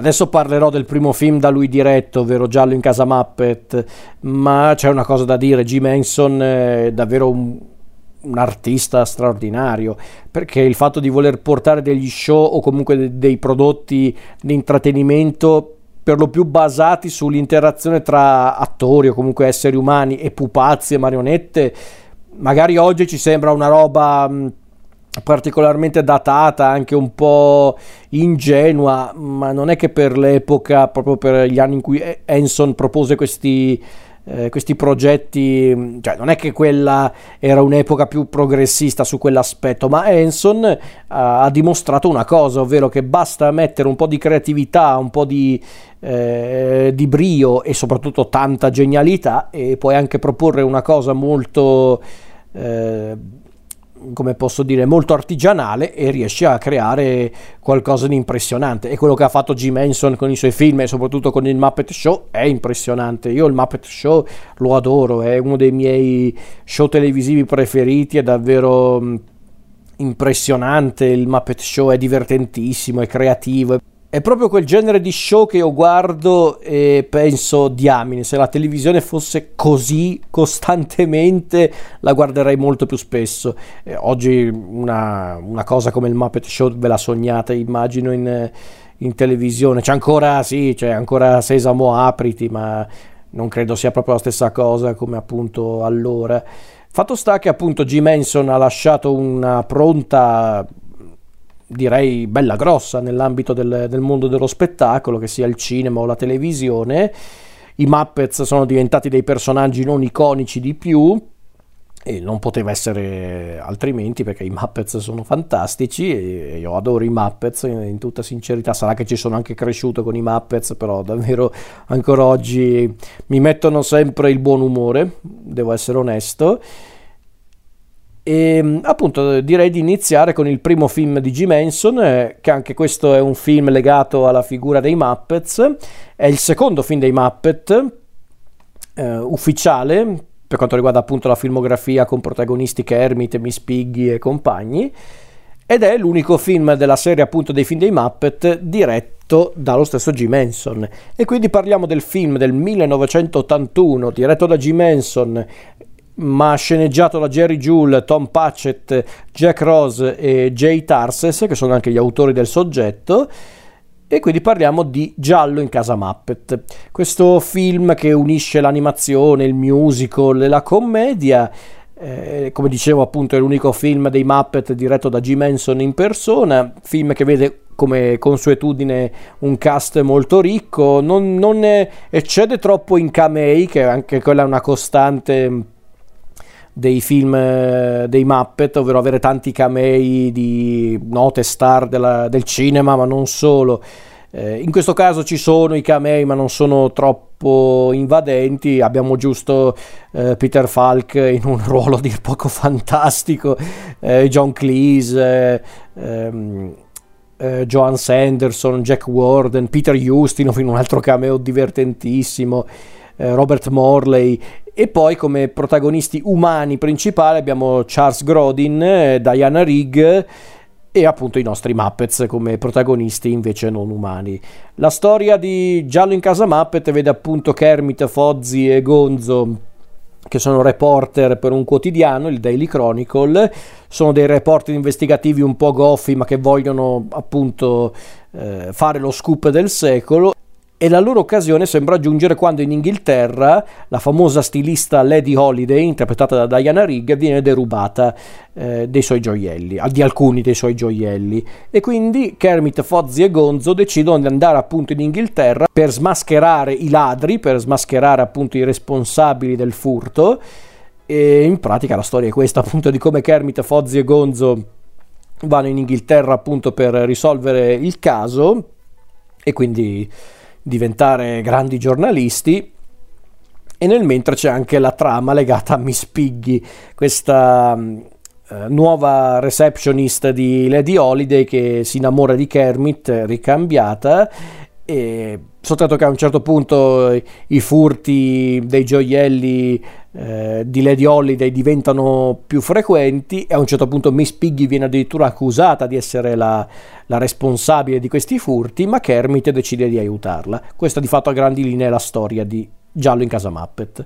Adesso parlerò del primo film da lui diretto, ovvero Giallo in casa Muppet, ma c'è una cosa da dire: Jim Henson è davvero un artista straordinario, perché il fatto di voler portare degli show o comunque dei prodotti di intrattenimento per lo più basati sull'interazione tra attori o comunque esseri umani e pupazzi e marionette, magari oggi ci sembra una roba particolarmente datata, anche un po' ingenua, ma non è che per l'epoca, proprio per gli anni in cui Henson propose questi progetti, cioè non è che quella era un'epoca più progressista su quell'aspetto, ma Henson ha dimostrato una cosa, ovvero che basta mettere un po' di creatività, un po' di brio e soprattutto tanta genialità, e puoi anche proporre una cosa molto come posso dire, molto artigianale, e riesce a creare qualcosa di impressionante. E quello che ha fatto Jim Henson con i suoi film e soprattutto con il Muppet Show è impressionante. Io il Muppet Show lo adoro, è uno dei miei show televisivi preferiti, è davvero impressionante. Il Muppet Show è divertentissimo, è creativo, è proprio quel genere di show che io guardo e penso: diamine, se la televisione fosse così costantemente la guarderei molto più spesso. Oggi una cosa come il Muppet Show ve la sognate, immagino, in televisione. C'è ancora Sesamo apriti, ma non credo sia proprio la stessa cosa come appunto allora. Fatto sta che appunto Jim Henson ha lasciato una pronta, direi bella grossa, nell'ambito del mondo dello spettacolo, che sia il cinema o la televisione. I Muppets sono diventati dei personaggi non iconici di più, e non poteva essere altrimenti, perché i Muppets sono fantastici e io adoro i Muppets in tutta sincerità. Sarà che ci sono anche cresciuto con i Muppets, però davvero ancora oggi mi mettono sempre il buon umore, devo essere onesto. E appunto direi di iniziare con il primo film di Jim Henson, che anche questo è un film legato alla figura dei Muppets. È il secondo film dei Muppet ufficiale per quanto riguarda appunto la filmografia, con protagonisti Kermit, Miss Piggy e compagni, ed è l'unico film della serie appunto dei film dei Muppet diretto dallo stesso Jim Henson. E quindi parliamo del film del 1981 diretto da Jim Henson, ma sceneggiato da Jerry Juhl, Tom Patchett, Jack Rose e Jay Tarses, che sono anche gli autori del soggetto. E quindi parliamo di Giallo in casa Muppet, questo film che unisce l'animazione, il musical e la commedia. Come dicevo appunto è l'unico film dei Muppet diretto da Jim Henson in persona, film che vede come consuetudine un cast molto ricco, non eccede troppo in camei, che anche quella è una costante dei film dei Muppet, ovvero avere tanti camei di note star del cinema, ma non solo. In questo caso ci sono i camei, ma non sono troppo invadenti. Abbiamo giusto Peter Falk in un ruolo a dir poco fantastico, John Cleese, Joan Sanderson, Jack Warden, Peter Ustinov in un altro cameo divertentissimo, Robert Morley. E poi come protagonisti umani principali abbiamo Charles Grodin, Diana Rigg e appunto i nostri Muppets come protagonisti invece non umani. La storia di Giallo in casa Muppet vede appunto Kermit, Fozzie e Gonzo, che sono reporter per un quotidiano, il Daily Chronicle. Sono dei reporter investigativi un po' goffi, ma che vogliono appunto fare lo scoop del secolo. E la loro occasione sembra giungere quando in Inghilterra la famosa stilista Lady Holiday, interpretata da Diana Rigg, viene derubata dei suoi gioielli, di alcuni dei suoi gioielli. E quindi Kermit, Fozzie e Gonzo decidono di andare appunto in Inghilterra per smascherare i ladri, per smascherare appunto i responsabili del furto. E in pratica la storia è questa, appunto, di come Kermit, Fozzie e Gonzo vanno in Inghilterra appunto per risolvere il caso e quindi diventare grandi giornalisti. E nel mentre c'è anche la trama legata a Miss Piggy, questa nuova receptionist di Lady Holiday che si innamora di Kermit ricambiata, e soltanto che a un certo punto i furti dei gioielli di Lady Holiday diventano più frequenti e a un certo punto Miss Piggy viene addirittura accusata di essere la responsabile di questi furti, ma Kermit decide di aiutarla. Questa di fatto a grandi linee è la storia di Giallo in casa Muppet.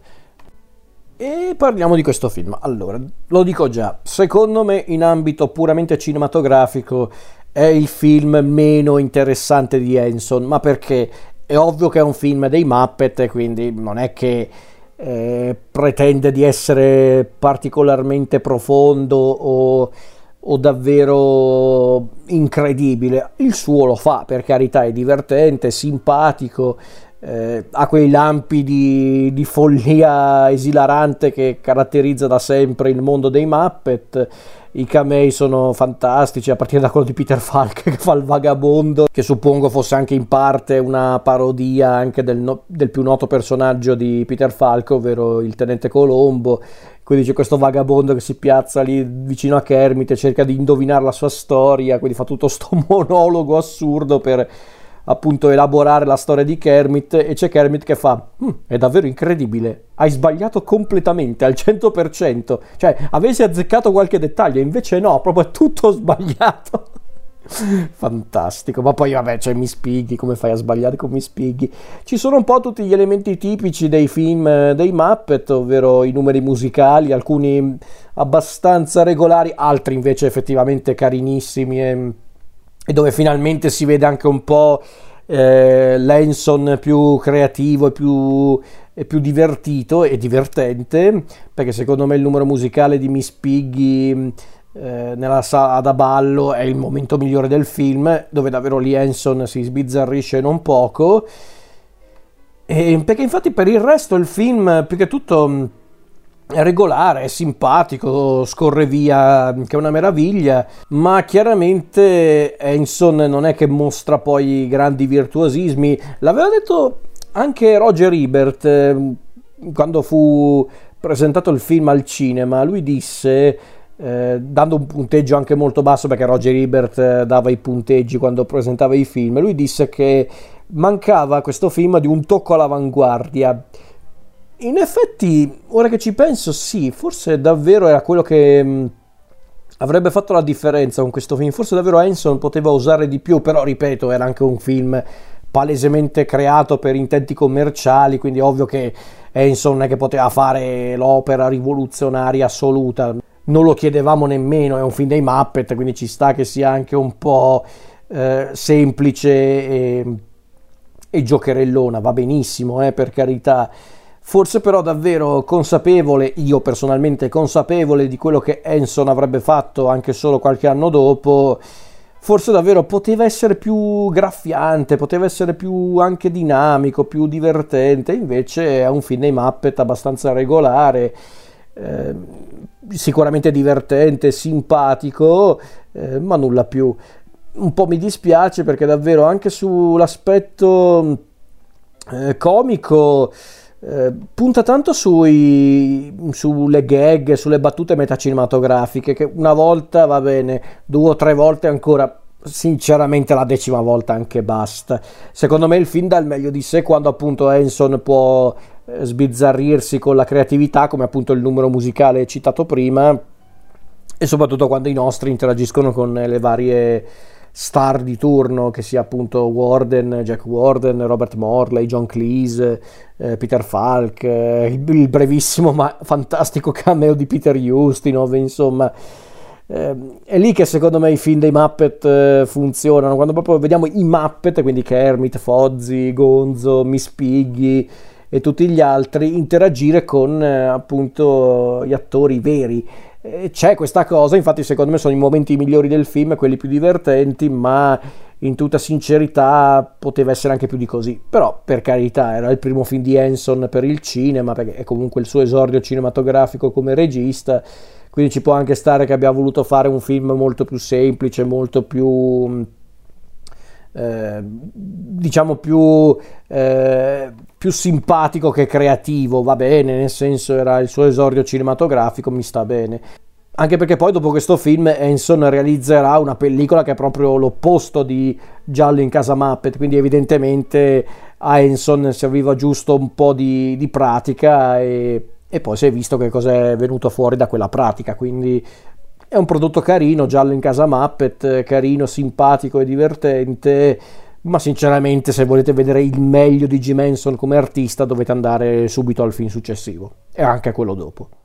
E parliamo di questo film. Allora, lo dico già, secondo me in ambito puramente cinematografico è il film meno interessante di Henson, ma perché è ovvio che è un film dei Muppet, quindi non è che pretende di essere particolarmente profondo o davvero incredibile. Il suo lo fa, per carità, è divertente, è simpatico, ha quei lampi di follia esilarante che caratterizza da sempre il mondo dei Muppet. I camei sono fantastici, a partire da quello di Peter Falk che fa il vagabondo, che suppongo fosse anche in parte una parodia anche del più noto personaggio di Peter Falk, ovvero il tenente Colombo. Quindi c'è questo vagabondo che si piazza lì vicino a Kermit e cerca di indovinare la sua storia, quindi fa tutto sto monologo assurdo per appunto elaborare la storia di Kermit, e c'è Kermit che fa è davvero incredibile, hai sbagliato completamente al 100%, cioè avessi azzeccato qualche dettaglio, invece no, proprio è tutto sbagliato. Fantastico. Ma poi vabbè, c'è Miss Piggy, come fai a sbagliare con Miss Piggy? Ci sono un po' tutti gli elementi tipici dei film dei Muppet, ovvero i numeri musicali, alcuni abbastanza regolari, altri invece effettivamente carinissimi e dove finalmente si vede anche un po' l'Henson più creativo e più divertito e divertente, perché secondo me il numero musicale di Miss Piggy nella sala da ballo è il momento migliore del film, dove davvero lì Henson si sbizzarrisce non poco, perché infatti per il resto il film più che tutto è regolare, è simpatico, scorre via, che è una meraviglia, ma chiaramente Henson non è che mostra poi grandi virtuosismi. L'aveva detto anche Roger Ebert quando fu presentato il film al cinema. Lui disse, dando un punteggio anche molto basso, perché Roger Ebert dava i punteggi quando presentava i film, lui disse che mancava a questo film di un tocco all'avanguardia. In effetti, ora che ci penso, sì, forse davvero era quello che avrebbe fatto la differenza con questo film. Forse davvero Henson poteva usare di più, però ripeto, era anche un film palesemente creato per intenti commerciali, quindi ovvio che Henson non è che poteva fare l'opera rivoluzionaria assoluta. Non lo chiedevamo nemmeno, è un film dei Muppet, quindi ci sta che sia anche un po' semplice e giocherellona, va benissimo, per carità. Forse però davvero consapevole, io personalmente consapevole di quello che Henson avrebbe fatto anche solo qualche anno dopo, forse davvero poteva essere più graffiante, poteva essere più anche dinamico, più divertente, invece è un film dei Muppet abbastanza regolare, sicuramente divertente, simpatico, ma nulla più. Un po' mi dispiace perché davvero anche sull'aspetto comico punta tanto sulle gag, sulle battute metacinematografiche, che una volta va bene, 2 o 3 volte ancora, sinceramente la 10ª volta anche basta. Secondo me il film dà il meglio di sé quando appunto Henson può sbizzarrirsi con la creatività, come appunto il numero musicale citato prima, e soprattutto quando i nostri interagiscono con le varie star di turno, che sia appunto Warden, Jack Warden, Robert Morley, John Cleese, Peter Falk, il brevissimo ma fantastico cameo di Peter Ustinov, insomma. È lì che secondo me i film dei Muppet funzionano, quando proprio vediamo i Muppet, quindi Kermit, Fozzie, Gonzo, Miss Piggy e tutti gli altri interagire con appunto gli attori veri. C'è questa cosa, infatti secondo me sono i momenti migliori del film, quelli più divertenti, ma in tutta sincerità poteva essere anche più di così. Però per carità, era il primo film di Henson per il cinema, perché è comunque il suo esordio cinematografico come regista, quindi ci può anche stare che abbia voluto fare un film molto più semplice, molto più diciamo più simpatico che creativo, va bene, nel senso era il suo esordio cinematografico, mi sta bene. Anche perché poi dopo questo film Henson realizzerà una pellicola che è proprio l'opposto di Giallo in casa Muppet, quindi evidentemente a Henson serviva giusto un po' di pratica e poi si è visto che cosa è venuto fuori da quella pratica, quindi è un prodotto carino, Giallo in casa Muppet, carino, simpatico e divertente, ma sinceramente se volete vedere il meglio di Jim Henson come artista dovete andare subito al film successivo e anche a quello dopo.